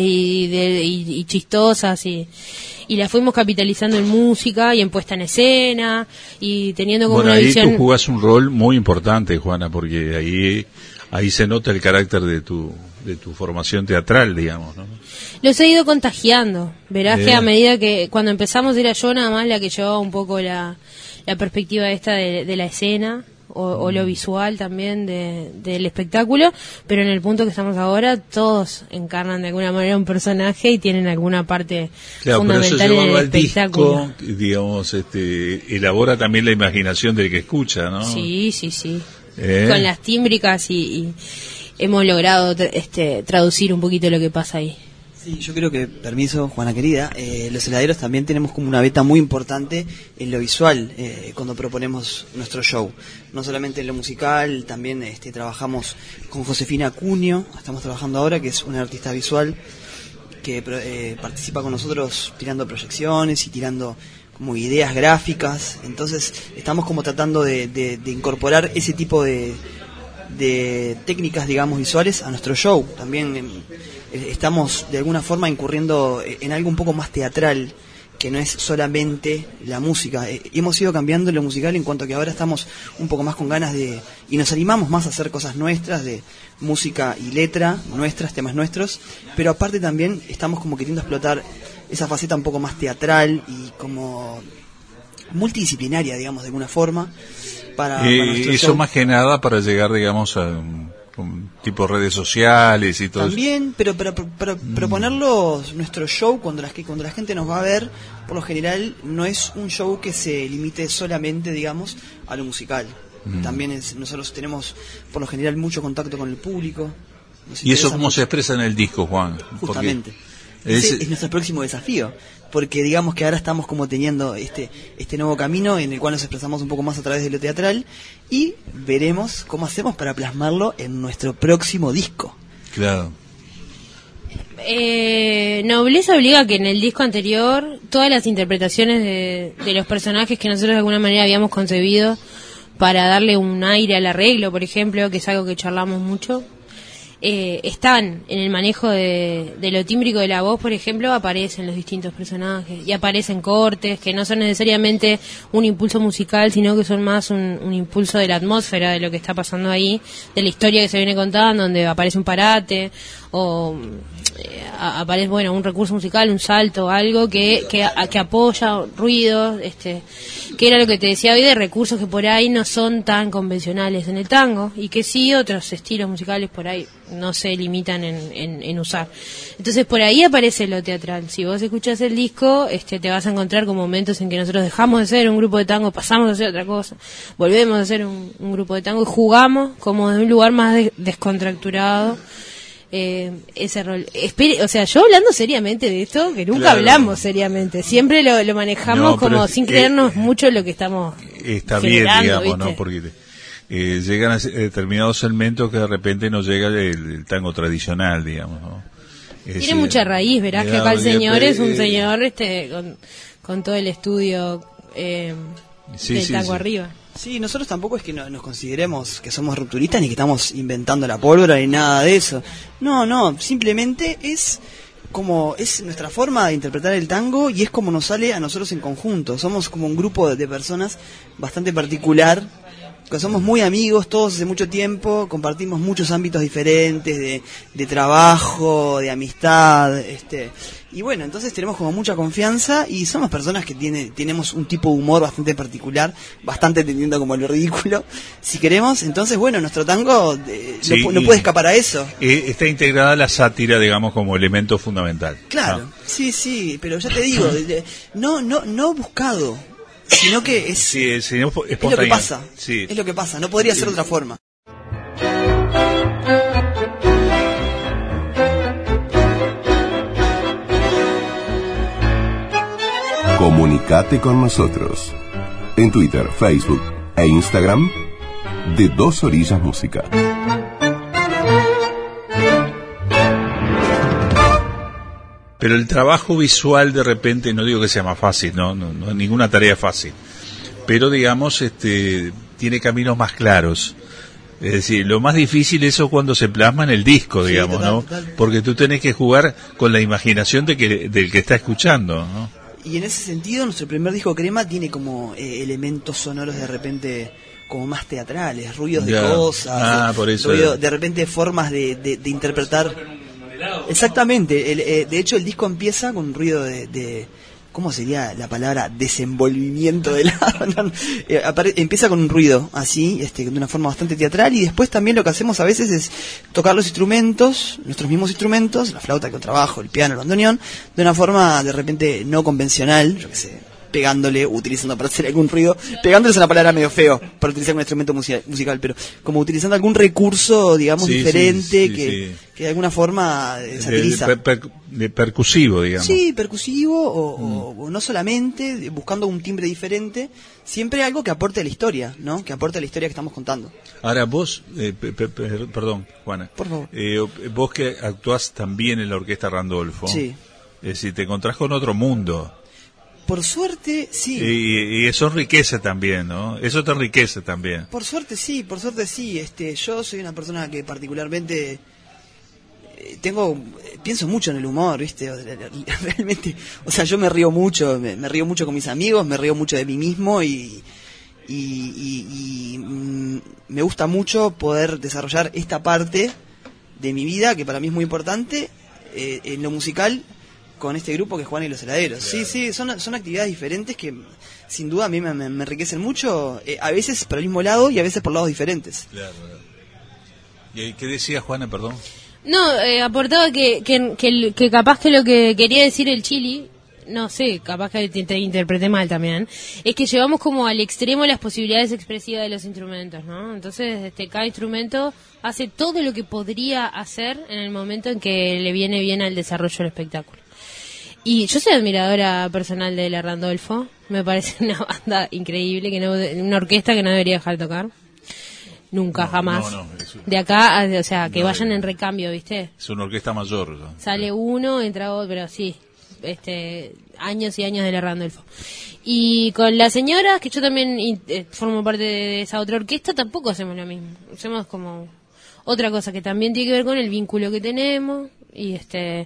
y chistosas y las fuimos capitalizando en música y en puesta en escena y teniendo como una visión. Tú jugás un rol muy importante, Juana, porque ahí se nota el carácter de tu formación teatral, digamos, ¿no? Los he ido contagiando. Verás que a medida que cuando empezamos era yo nada más la que llevaba un poco la perspectiva esta de la escena o lo visual también del espectáculo, pero en el punto que estamos ahora todos encarnan de alguna manera un personaje y tienen alguna parte fundamental en el espectáculo. Disco, digamos, elabora también la imaginación del que escucha, ¿no? Sí. Con las tímbricas y hemos logrado traducir un poquito lo que pasa ahí. Sí, yo creo que, permiso, Juana querida, los heladeros también tenemos como una beta muy importante en lo visual cuando proponemos nuestro show. No solamente en lo musical, también trabajamos con Josefina Acuño, estamos trabajando ahora, que es una artista visual que participa con nosotros tirando proyecciones y tirando como ideas gráficas. Entonces estamos como tratando de incorporar ese tipo de técnicas, digamos, visuales a nuestro show. También estamos de alguna forma incurriendo en algo un poco más teatral, que no es solamente la música. Hemos ido cambiando lo musical en cuanto a que ahora estamos un poco más con ganas y nos animamos más a hacer cosas nuestras, de música y letra nuestras, temas nuestros, pero aparte también estamos como queriendo explotar esa faceta un poco más teatral y como multidisciplinaria, digamos, de alguna forma, para nuestro eso show. Más que nada para llegar, digamos, a un tipo de redes sociales y todo también, eso. pero proponerlo nuestro show cuando la gente nos va a ver, por lo general no es un show que se limite solamente, digamos, a lo musical. También nosotros tenemos por lo general mucho contacto con el público. ¿Y eso cómo se expresa en el disco, Juan? Justamente. Es nuestro próximo desafío, porque digamos que ahora estamos como teniendo este nuevo camino en el cual nos expresamos un poco más a través de lo teatral y veremos cómo hacemos para plasmarlo en nuestro próximo disco. Claro. Nobleza obliga que en el disco anterior todas las interpretaciones de los personajes que nosotros de alguna manera habíamos concebido para darle un aire al arreglo, por ejemplo, que es algo que charlamos mucho, están en el manejo de lo tímbrico de la voz, por ejemplo, aparecen los distintos personajes y aparecen cortes que no son necesariamente un impulso musical, sino que son más un impulso de la atmósfera de lo que está pasando ahí, de la historia que se viene contando, donde aparece un parate o aparece, bueno, un recurso musical, un salto, algo que apoya ruidos, que era lo que te decía hoy, de recursos que por ahí no son tan convencionales en el tango y que sí otros estilos musicales por ahí no se limitan en usar. Entonces por ahí aparece lo teatral. Si vos escuchás el disco, te vas a encontrar con momentos en que nosotros dejamos de ser un grupo de tango, pasamos a ser otra cosa, volvemos a ser un grupo de tango y jugamos como de un lugar más descontracturado. Ese rol. O sea, yo hablando seriamente de esto, que nunca hablamos seriamente, siempre lo manejamos como sin creernos mucho en lo que estamos está bien, digamos, ¿viste? ¿No? Porque llegan a determinados segmentos que de repente no llega el tango tradicional, digamos, ¿no? Tiene mucha raíz, verás que acá el señor es un señor con todo el estudio del tango arriba. Sí, nosotros tampoco es que nos consideremos que somos rupturistas ni que estamos inventando la pólvora ni nada de eso. No, simplemente es como es nuestra forma de interpretar el tango y es como nos sale a nosotros en conjunto. Somos como un grupo de personas bastante particular, que somos muy amigos todos hace mucho tiempo, compartimos muchos ámbitos diferentes de trabajo, de amistad, y bueno, entonces tenemos como mucha confianza y somos personas que tenemos un tipo de humor bastante particular, bastante tendiendo como lo ridículo, si queremos. Entonces, bueno, nuestro tango no puede escapar a eso. Está integrada la sátira, digamos, como elemento fundamental. Claro, ¿no? Sí, pero ya te digo, no buscado, sino que es lo que pasa. Sí. Es lo que pasa, no podría ser de otra forma. Comunicate con nosotros en Twitter, Facebook e Instagram de Dos Orillas Música. Pero el trabajo visual de repente, no digo que sea más fácil, no ninguna tarea es fácil, pero digamos tiene caminos más claros. Es decir, lo más difícil eso cuando se plasma en el disco, digamos, sí, total. Porque tú tenés que jugar con la imaginación del que está escuchando, ¿no? Y en ese sentido, nuestro primer disco Crema tiene como elementos sonoros de repente como más teatrales, ruidos de cosas, por eso de repente formas de interpretar. Exactamente, de hecho el disco empieza con un ruido de ¿cómo sería la palabra? Desenvolvimiento del empieza con un ruido así, de una forma bastante teatral, y después también lo que hacemos a veces es tocar los instrumentos, nuestros mismos instrumentos, la flauta, el contrabajo, el piano, el bandoneón, de una forma de repente no convencional, yo qué sé, pegándole, utilizando para hacer algún ruido, pegándole es una palabra medio feo para utilizar un instrumento musical, pero como utilizando algún recurso, digamos, diferente, que de alguna forma satiriza. De percusivo, digamos. Sí, percusivo, o no solamente, buscando un timbre diferente, siempre algo que aporte a la historia, ¿no? Que aporte a la historia que estamos contando. Ahora vos, perdón, Juana. Por favor. Vos que actuás también en la Orquesta Randolfo. Sí. Es decir, te encontrás con otro mundo. Por suerte, sí. Y eso enriquece también, ¿no? Eso te enriquece también. Por suerte sí. Yo soy una persona que particularmente pienso mucho en el humor, ¿viste? Realmente, o sea, yo me río mucho con mis amigos, me río mucho de mí mismo y me gusta mucho poder desarrollar esta parte de mi vida, que para mí es muy importante, en lo musical, con este grupo que es Juan y los Heladeros. Claro. Sí, son actividades diferentes que sin duda a mí me enriquecen mucho, a veces por el mismo lado y a veces por lados diferentes. Claro. ¿Y qué decía Juana, perdón? No, aportaba que capaz que lo que quería decir el Chili, no sé, capaz que te interpreté mal también, es que llevamos como al extremo las posibilidades expresivas de los instrumentos, ¿no? Entonces, cada instrumento hace todo lo que podría hacer en el momento en que le viene bien al desarrollo del espectáculo. Y yo soy admiradora personal de la Randolfo, me parece una banda increíble, una orquesta que no debería dejar de tocar. Nunca, jamás. De acá, o sea, que vayan en recambio, ¿viste? Es una orquesta mayor, ¿no? Sale uno, entra otro, pero sí, años y años de la Randolfo. Y con las señoras, que yo también formo parte de esa otra orquesta, tampoco hacemos lo mismo. Hacemos como otra cosa que también tiene que ver con el vínculo que tenemos, y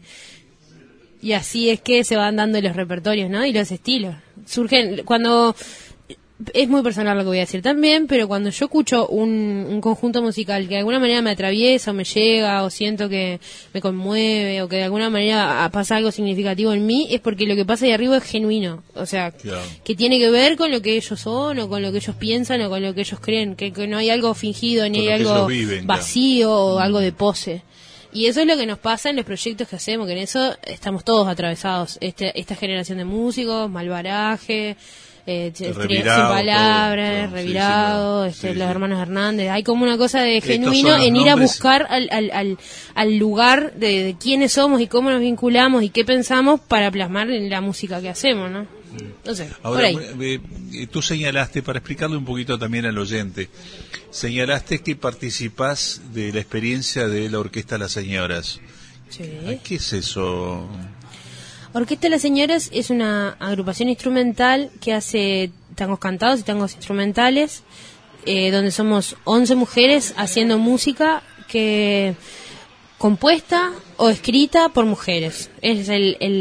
así es que se van dando los repertorios, ¿no? Y los estilos. Surgen cuando... Es muy personal lo que voy a decir también, pero cuando yo escucho un conjunto musical que de alguna manera me atraviesa o me llega o siento que me conmueve o que de alguna manera pasa algo significativo en mí, es porque lo que pasa ahí arriba es genuino, o sea, claro, que tiene que ver con lo que ellos son o con lo que ellos piensan o con lo que ellos creen, que no hay algo fingido ni hay algo vacío o algo de pose. Y eso es lo que nos pasa en los proyectos que hacemos, que en eso estamos todos atravesados, esta generación de músicos, Malvaraje, Sin Palabras, Revirado, los hermanos Hernández. Hay como una cosa de genuino en ir a buscar al lugar de quiénes somos y cómo nos vinculamos y qué pensamos para plasmar en la música que hacemos, ¿no? No sé, ahora, por ahí. Tú señalaste, para explicarle un poquito también al oyente, señalaste que participás de la experiencia de la Orquesta Las Señoras. Sí. ¿Qué es eso? Orquesta Las Señoras es una agrupación instrumental que hace tangos cantados y tangos instrumentales, donde somos 11 mujeres haciendo música que compuesta o escrita por mujeres. Es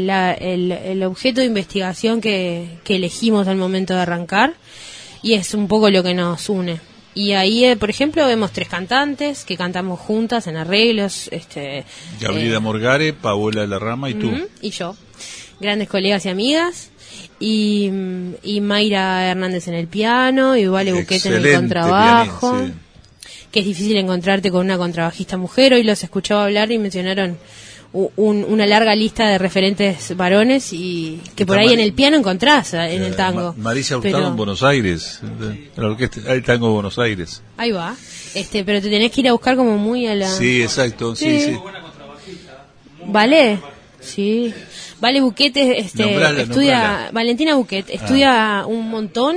el objeto de investigación que elegimos al momento de arrancar, y es un poco lo que nos une. Y ahí, por ejemplo, vemos 3 cantantes que cantamos juntas en arreglos. Gabriela Morgare, Paola Larrama y tú. Y yo. Grandes colegas y amigas. Y Mayra Hernández en el piano, y Vale Buquete en el contrabajo. Pianín, sí. Que es difícil encontrarte con una contrabajista mujer. Hoy los escuchaba hablar y mencionaron una larga lista de referentes varones, y que por ahí en el piano encontrás en el tango. Marisa Hurtado en Buenos Aires, en la orquesta hay tango de Buenos Aires. Ahí va. Pero te tenés que ir a buscar como muy a la... Sí, exacto, sí. ¿Vale? Sí. Vale Buquete estudia... Valentina Buquet estudia un montón,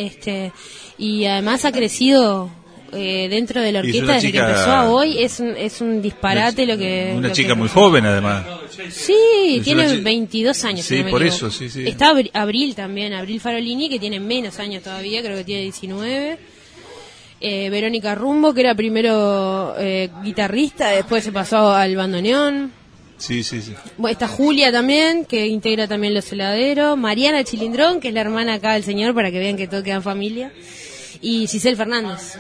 y además ha crecido... dentro de la orquesta desde que empezó a hoy. Es un disparate una chica muy joven además. Sí, tiene 22 años. Sí, si no me por equivoco. eso, sí. Está Abril también, Abril Farolini, que tiene menos años todavía, creo que tiene 19. Verónica Rumbo, que era primero guitarrista, después se pasó al bandoneón. Sí. Bueno, está Julia también, que integra también Los Heladeros. Mariana Chilindrón, que es la hermana acá del señor, para que vean que todo queda en familia. Y Cisel Fernández.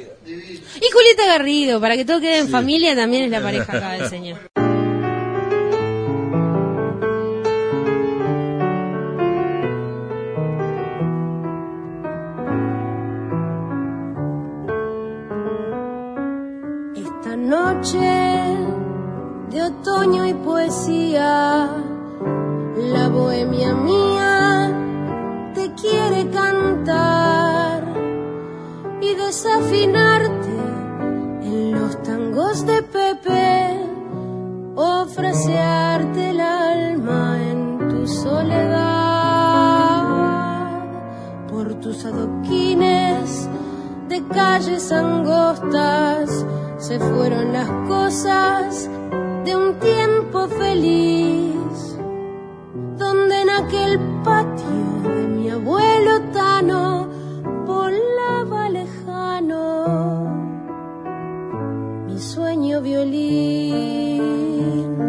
Y Julieta Garrido, para que todo quede en familia, también es la pareja acá del señor. Esta noche de otoño y poesía, la bohemia mía te quiere cantar y desafinarte en los tangos de Pepe, o frasearte el alma en tu soledad. Por tus adoquines de calles angostas se fueron las cosas de un tiempo feliz, donde en aquel patio de mi abuelo Tano volaba lejano mi sueño violín.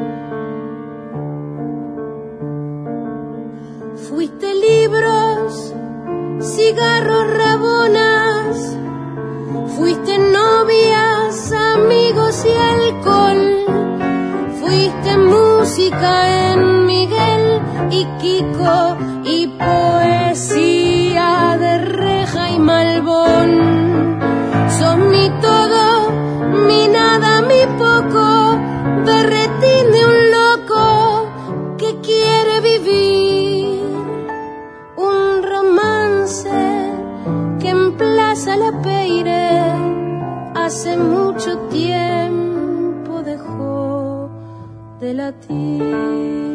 Fuiste libros, cigarros, rabonas, fuiste novias, amigos y alcohol, fuiste música en Miguel y Kiko y poesía de Reja y Malbón. Son mi todo, mi nada, mi poco, berretín de un loco que quiere vivir un romance que en Plaza La Peire hace mucho tiempo dejó de latir.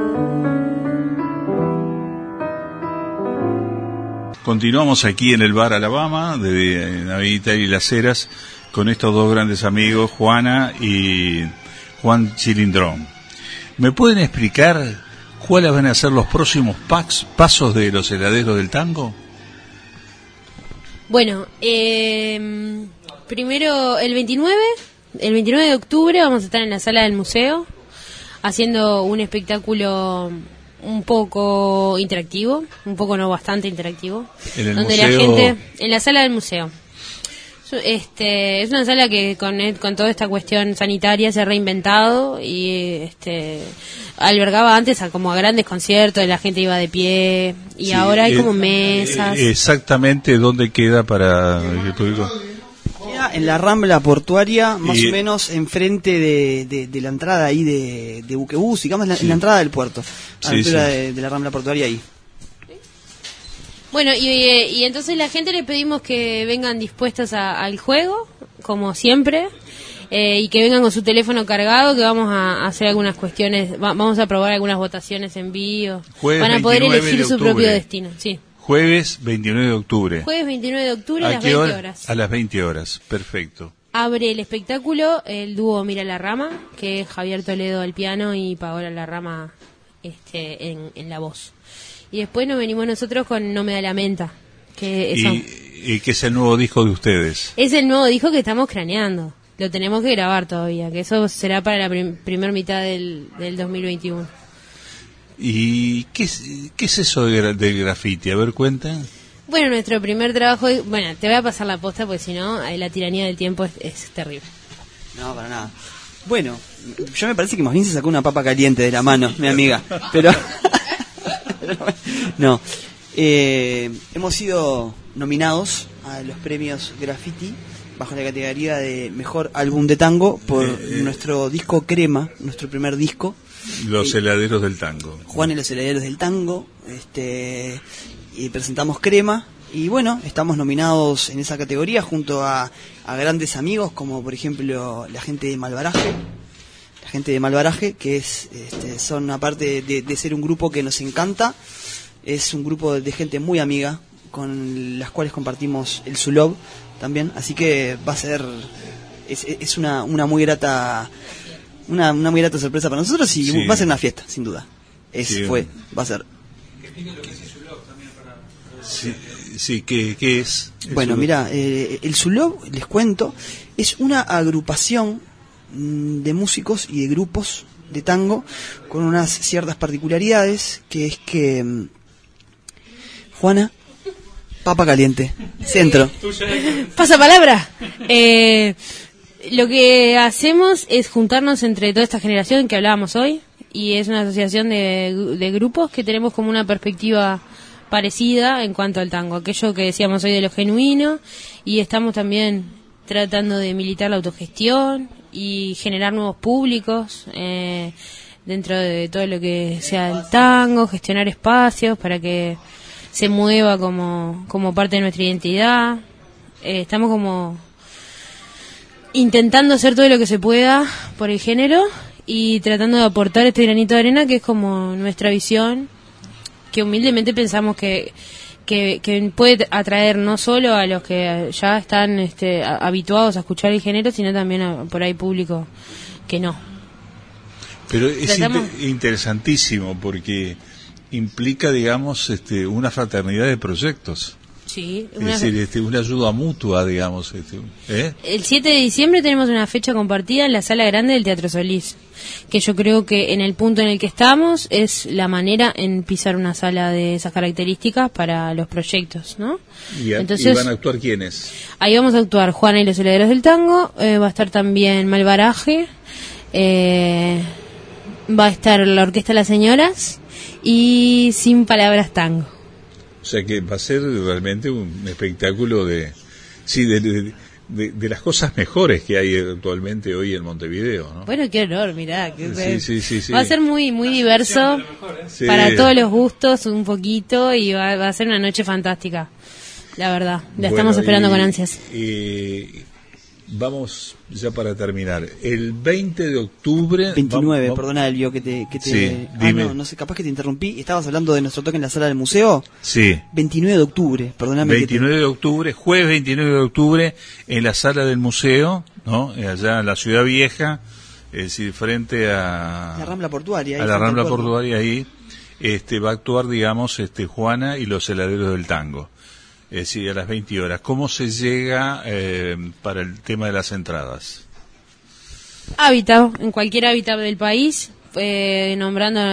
Continuamos aquí en el bar Alabama de Navita y Las Heras con estos dos grandes amigos, Juana y Juan Chilindrón. ¿Me pueden explicar cuáles van a ser los próximos pasos de Los Heladeros del Tango? Bueno, Primero, el 29 de octubre vamos a estar en la sala del museo haciendo un espectáculo un poco interactivo, un poco no, bastante interactivo, donde museo... la gente, en la sala del museo. Es una sala que con toda esta cuestión sanitaria se ha reinventado y albergaba antes como a grandes conciertos, la gente iba de pie y sí, ahora hay como mesas. Exactamente, ¿dónde queda para el público? Queda en la Rambla Portuaria, más o menos enfrente de la entrada ahí de Buquebus, digamos en la entrada del puerto, a la altura de la Rambla Portuaria ahí. Bueno, y entonces la gente le pedimos que vengan dispuestos al juego, como siempre, y que vengan con su teléfono cargado, que vamos a hacer algunas cuestiones, vamos a probar algunas votaciones en vivo. Van a poder elegir su propio destino. Sí. Jueves 29 de octubre. Jueves 29 de octubre a las 20 horas. A las 20 horas, perfecto. Abre el espectáculo el dúo Mira la Rama, que es Javier Toledo al piano y Paola La Rama en la voz. Y después nos venimos nosotros con No me da la menta. Y que es el nuevo disco de ustedes. Es el nuevo disco que estamos craneando. Lo tenemos que grabar todavía, que eso será para la primera mitad del 2021. ¿Y qué es eso del graffiti? A ver, cuenta. Bueno, nuestro primer trabajo... Bueno, te voy a pasar la posta porque si no, la tiranía del tiempo es terrible. No, para nada. Bueno, yo me parece que más bien se sacó una papa caliente de la mano, mi amiga. Pero... No, hemos sido nominados a los premios Graffiti bajo la categoría de Mejor Álbum de Tango por nuestro disco Crema, nuestro primer disco. Los heladeros del tango. Juan y los heladeros del tango, y presentamos Crema y bueno, estamos nominados en esa categoría junto a grandes amigos como por ejemplo la gente de Malvaraje. Gente de Malvaraje, que son aparte de ser un grupo que nos encanta, es un grupo de gente muy amiga con las cuales compartimos el Zulov también, así que va a ser es una muy grata muy grata sorpresa para nosotros y va a ser una fiesta, sin duda. Va a ser. Sí, ¿qué es? Bueno, mira, el Zulov, les cuento, es una agrupación de músicos y de grupos de tango con unas ciertas particularidades, que es que Juana, papa caliente, centro. Pasa palabra. Lo que hacemos es juntarnos entre toda esta generación que hablábamos hoy, y es una asociación de grupos que tenemos como una perspectiva parecida en cuanto al tango, aquello que decíamos hoy de lo genuino, y estamos también tratando de militar la autogestión y generar nuevos públicos dentro de todo lo que sea el tango, gestionar espacios para que se mueva como parte de nuestra identidad. Estamos como intentando hacer todo lo que se pueda por el género y tratando de aportar este granito de arena que es como nuestra visión, que humildemente pensamos que puede atraer no solo a los que ya están habituados a escuchar el género, sino también por ahí público que no. Pero es interesantísimo porque implica, digamos, una fraternidad de proyectos. Sí, es decir, una ayuda mutua, digamos. El 7 de diciembre tenemos una fecha compartida en la Sala Grande del Teatro Solís, que yo creo que en el punto en el que estamos es la manera en pisar una sala de esas características para los proyectos, ¿no? Entonces, ¿y van a actuar quiénes? Ahí vamos a actuar Juana y los heladeros del tango, va a estar también Malvaraje, va a estar la Orquesta Las Señoras y Sin Palabras Tango. O sea que va a ser realmente un espectáculo de las cosas mejores que hay actualmente hoy en Montevideo, ¿no? Bueno, qué honor, mirá. Sí. Va a ser muy muy diverso, para todos los gustos un poquito, y va a ser una noche fantástica, la verdad. La estamos esperando con ansias. Vamos ya para terminar. El 20 de octubre... 29, perdona, Elvio, que te... Sí, dime. No sé, capaz que te interrumpí. ¿Estabas hablando de nuestro toque en la sala del museo? Sí. 29 de octubre, perdóname. 29 de octubre, jueves 29 de octubre, en la sala del museo, ¿no? Allá en la Ciudad Vieja, es decir, frente a... La Rambla Portuaria. A la Rambla Portuaria, ahí va a actuar, digamos, Juana y los heladeros del tango. Sí, a las 20 horas. ¿Cómo se llega para el tema de las entradas? Hábitat, en cualquier hábitat del país, nombrando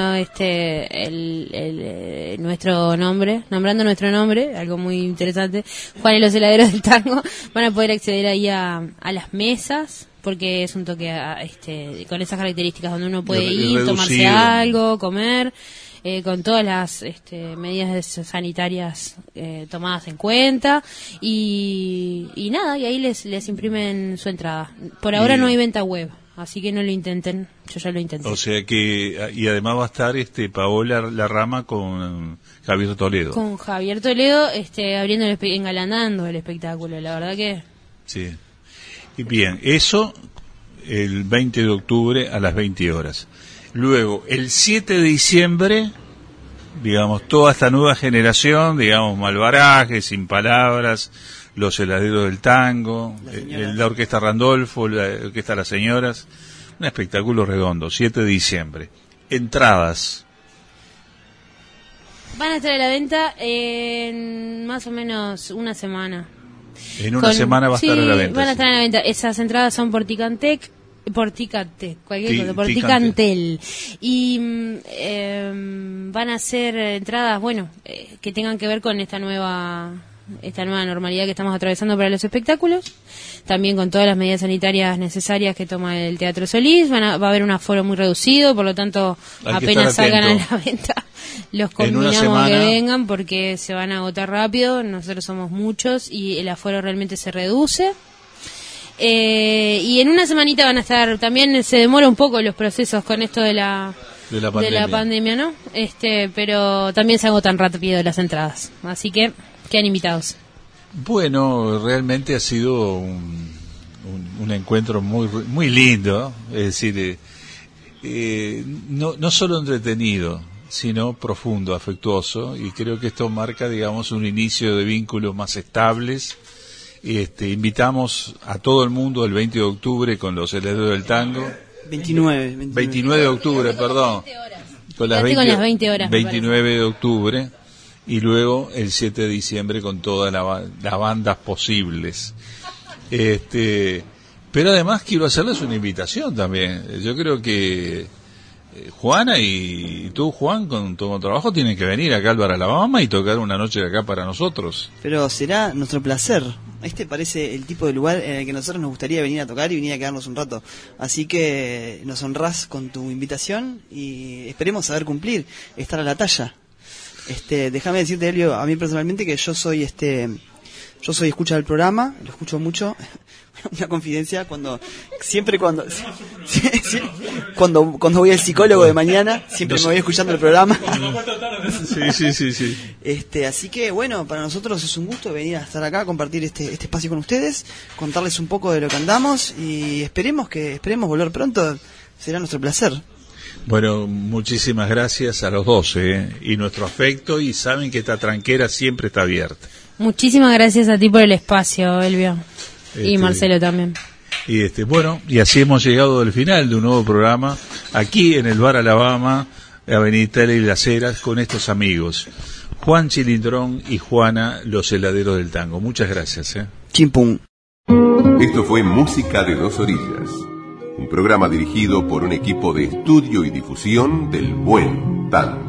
nuestro nombre, algo muy interesante, Juan y los heladeros del tango, van a poder acceder ahí a las mesas, porque es un toque con esas características donde uno puede ir, tomarse algo, comer, con todas las medidas sanitarias tomadas en cuenta, y nada, y ahí les imprimen su entrada. Por ahora no hay venta web, así que no lo intenten, yo ya lo intenté. O sea que, y además va a estar Paola Larrama con Javier Toledo. Con Javier Toledo, engalanando el espectáculo, la verdad que... Sí. Y bien, eso el 20 de octubre a las 20 horas. Luego, el 7 de diciembre, digamos, toda esta nueva generación, digamos, Malvaraje, Sin Palabras, Los Heladeros del Tango, la Orquesta Randolfo, la Orquesta Las Señoras, un espectáculo redondo, 7 de diciembre. Entradas. Van a estar a la venta en más o menos una semana. En una semana va a estar a la venta. Van a estar a la venta. Esas entradas son por Ticantel, y van a ser entradas, que tengan que ver con esta nueva normalidad que estamos atravesando para los espectáculos, también con todas las medidas sanitarias necesarias que toma el Teatro Solís. Va a haber un aforo muy reducido, por lo tanto apenas salgan a la venta los conminamos a que vengan, porque se van a agotar rápido. Nosotros somos muchos y el aforo realmente se reduce. Y en una semanita van a estar, también se demora un poco los procesos con esto de la pandemia, ¿no? Pero también se agotan rápido las entradas, así que quedan invitados. Bueno, realmente ha sido un encuentro muy lindo, es decir, no solo entretenido, sino profundo, afectuoso, y creo que esto marca, digamos, un inicio de vínculos más estables. Invitamos a todo el mundo el 20 de octubre con los Heladeros del Tango. 29 de octubre, perdón. Con las 20 horas. 29 de octubre. Y luego el 7 de diciembre con todas las bandas posibles. Pero además quiero hacerles una invitación también. Yo creo que Juana y tú, Juan, con tu trabajo, tienen que venir acá al Bar Alabama y tocar una noche acá para nosotros. Pero será nuestro placer. Parece el tipo de lugar en el que nosotros nos gustaría venir a tocar y venir a quedarnos un rato. Así que nos honrás con tu invitación y esperemos saber cumplir, estar a la talla. Déjame decirte, Elio, a mí personalmente, que yo soy escucha del programa, lo escucho mucho. Una confidencia, cuando voy al psicólogo de mañana, siempre me voy escuchando el programa. Sí. Así que para nosotros es un gusto venir a estar acá, compartir este espacio con ustedes, contarles un poco de lo que andamos y esperemos volver pronto. Será nuestro placer. Bueno, muchísimas gracias a los dos, y nuestro afecto, y saben que esta tranquera siempre está abierta. Muchísimas gracias a ti por el espacio, Elvio. Y Marcelo también. Y así hemos llegado al final de un nuevo programa aquí en el Bar Alabama, Avenida y Las Heras, con estos amigos, Juan Chilindrón y Juana, los Heladeros del Tango. Muchas gracias. Chimpum. Esto fue Música de Dos Orillas, un programa dirigido por un equipo de estudio y difusión del buen tango.